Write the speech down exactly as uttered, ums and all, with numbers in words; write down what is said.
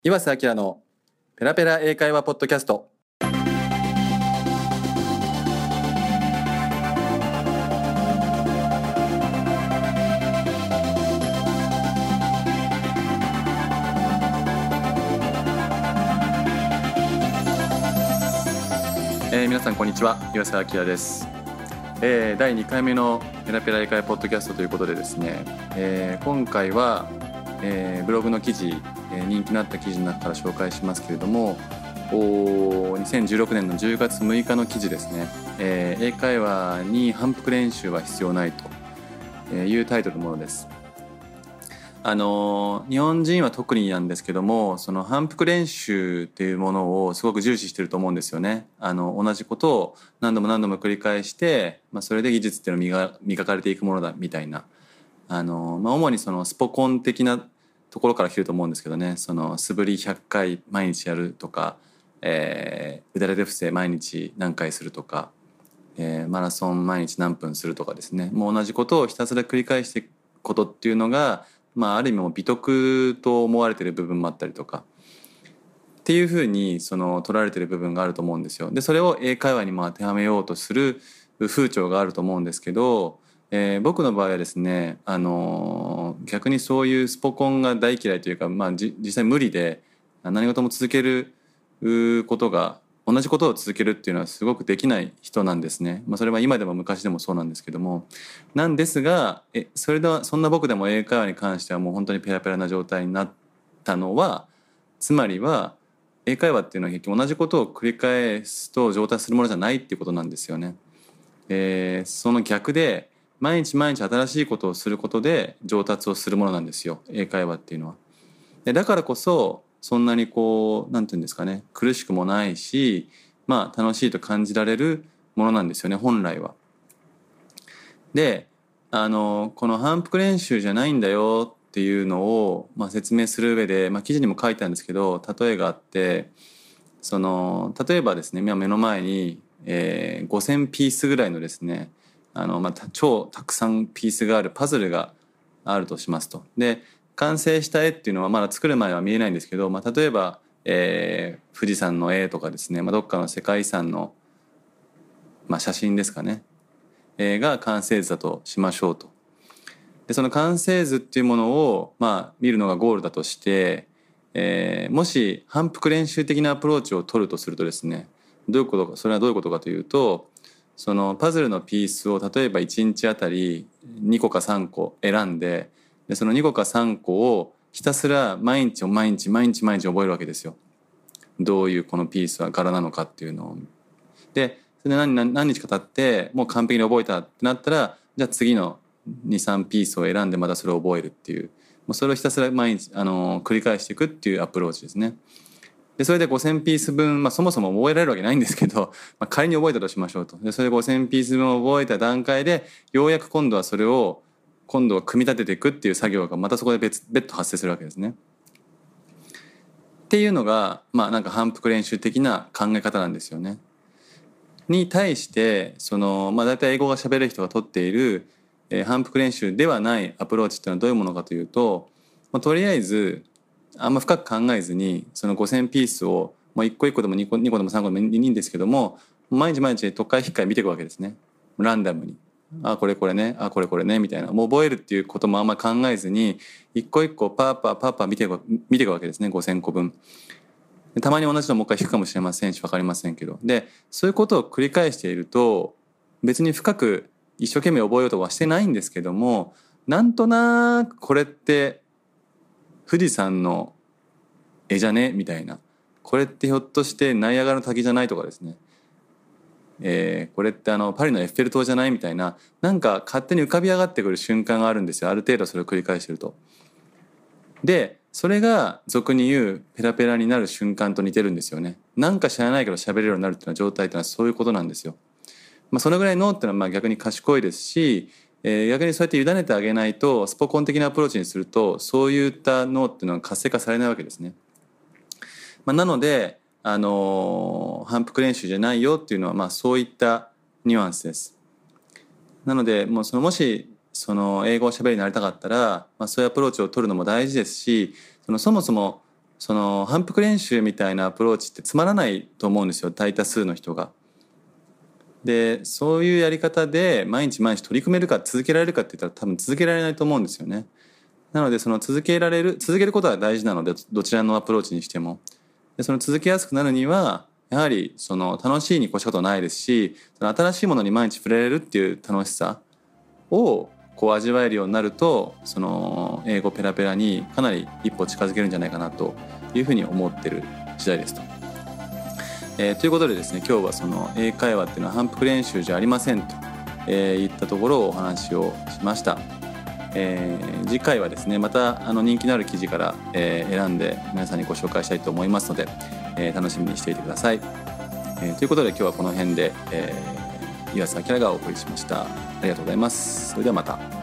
岩瀬明のペラペラ英会話ポッドキャスト。えー、皆さんこんにちは、岩瀬明です。えー、だいにかいめのペラペラ英会話ポッドキャストということでですね、えー、今回は、えー、ブログの記事、えー、人気のあった記事の中から紹介しますけれども、にせんじゅうろくねんのじゅうがつむいかの記事ですね、えー、英会話に反復練習は必要ないというタイトルのものです。あの日本人は特になんですけども、その反復練習っていうものをすごく重視してると思うんですよね。あの同じことを何度も何度も繰り返して、まあ、それで技術っていうのを磨磨かれていくものだみたいな、あの、まあ、主にそのスポコン的なところから来ると思うんですけどね。その素振りひゃっかい毎日やるとか、えー、腕立て伏せ毎日何回するとか、えー、マラソン毎日何分するとかですね。もう同じことをひたすら繰り返していくことっていうのが、まあ、ある意味も美徳と思われている部分もあったりとかっていうふうにその取られている部分があると思うんですよ。でそれを英会話にも当てはめようとする風潮があると思うんですけど、えー、僕の場合はですね、あのー、逆にそういうスポコンが大嫌いというか、まあ、じ実際無理で何事も続けることが同じことを続けるっていうのはすごくできない人なんですね。まあ、それは今でも昔でもそうなんですけども、なんですがえそれではそんな僕でも英会話に関してはもう本当にペラペラな状態になったのは、つまりは英会話っていうのは結局同じことを繰り返すと上達するものじゃないっていうことなんですよね。えー、その逆で毎日毎日新しいことをすることで上達をするものなんですよ、英会話っていうのは。でだからこそそんなにこうなんていうんですかね、苦しくもないし、まあ楽しいと感じられるものなんですよね、本来は。であのこの反復練習じゃないんだよっていうのを、まあ、説明する上で、まあ、記事にも書いたんですけど、例えがあって、その例えばですね、目の前に、えー、ごせんピースぐらいのですね、あの、まあ、超たくさんピースがあるパズルがあるとしますと。で完成した絵っていうのはまだ作る前は見えないんですけど、まあ、例えば、えー、富士山の絵とかですね、まあ、どっかの世界遺産の、まあ、写真ですかね、えー、が完成図だとしましょうと。でその完成図っていうものを、まあ、見るのがゴールだとして、えー、もし反復練習的なアプローチを取るとするとですね、どういうことか、それはどういうことかというと、そのパズルのピースを例えばいちにちあたりにこかさんこ選んで、でそのにこかさんこをひたすら毎日毎日毎日毎日覚えるわけですよ。どういうこのピースは柄なのかっていうのを。でそれで 何, 何, 何日か経ってもう完璧に覚えたってなったら、じゃあ次のにさんピースを選んでまたそれを覚えるっていう、もうそれをひたすら毎日あの繰り返していくっていうアプローチですね。でそれでごせんピース分、まあ、そもそも覚えられるわけないんですけど、まあ、仮に覚えたとしましょうと。でそれでごせんピース分を覚えた段階でようやく今度はそれを今度は組み立てていくっていう作業がまたそこで別別途発生するわけですね。っていうのが、まあ、なんか反復練習的な考え方なんですよね。に対してその、まあ、大体英語が喋れる人が取っている、えー、反復練習ではないアプローチっていうのはどういうものかというと、まあ、とりあえずあんま深く考えずにそのごせんピースを、まあ、いっこいっこでもにこ、にこでもさんこでもいいんですけども、毎日毎日特回引っかい見ていくわけですね、ランダムに。あこれこれね、あこれこれねみたいな、もう覚えるっていうこともあんまり考えずに一個一個パーパーパーパー見ていく見ていくわけですね、ごせんこぶん。たまに同じのもう一回弾くかもしれませんし分かりませんけど、でそういうことを繰り返していると別に深く一生懸命覚えようとはしてないんですけども、なんとなくこれって富士山の絵じゃねみたいな、これってひょっとしてナイアガラの滝じゃないとかですね、えー、これってあのパリのエッフェル塔じゃないみたいな、なんか勝手に浮かび上がってくる瞬間があるんですよ、ある程度それを繰り返してると。でそれが俗に言うペラペラになる瞬間と似てるんですよね。なんか知らないけど喋れるようになるっていうのは状態っていうのはそういうことなんですよ。まあ、そのぐらい脳っていうのはまあ逆に賢いですし、えー、逆にそうやって委ねてあげないと、スポコン的なアプローチにするとそういった脳っていうのは活性化されないわけですね。まあ、なので、あのー、反復練習じゃないよっていうのはまあそういったニュアンスです。なのでもうそのもしその英語を喋りになりたかったら、まあ、そういうアプローチを取るのも大事ですし、そのそもそもその反復練習みたいなアプローチってつまらないと思うんですよ、大多数の人が。でそういうやり方で毎日毎日取り組めるか続けられるかって言ったら多分続けられないと思うんですよね。なのでその続けられる続けることは大事なので、どちらのアプローチにしても。でその続けやすくなるにはやはりその楽しいに越したことはないですし、その新しいものに毎日触れれるっていう楽しさをこう味わえるようになると、その英語ペラペラにかなり一歩近づけるんじゃないかなというふうに思ってる時代ですと。えー、ということでですね、今日はその英会話っていうのは反復練習じゃありませんと、えー、言ったところをお話をしました。えー、次回はですねまたあの人気のある記事から、えー、選んで皆さんにご紹介したいと思いますので、えー、楽しみにしていてください。えー、ということで今日はこの辺で、えー、岩佐明がお送りしました。ありがとうございます。それではまた。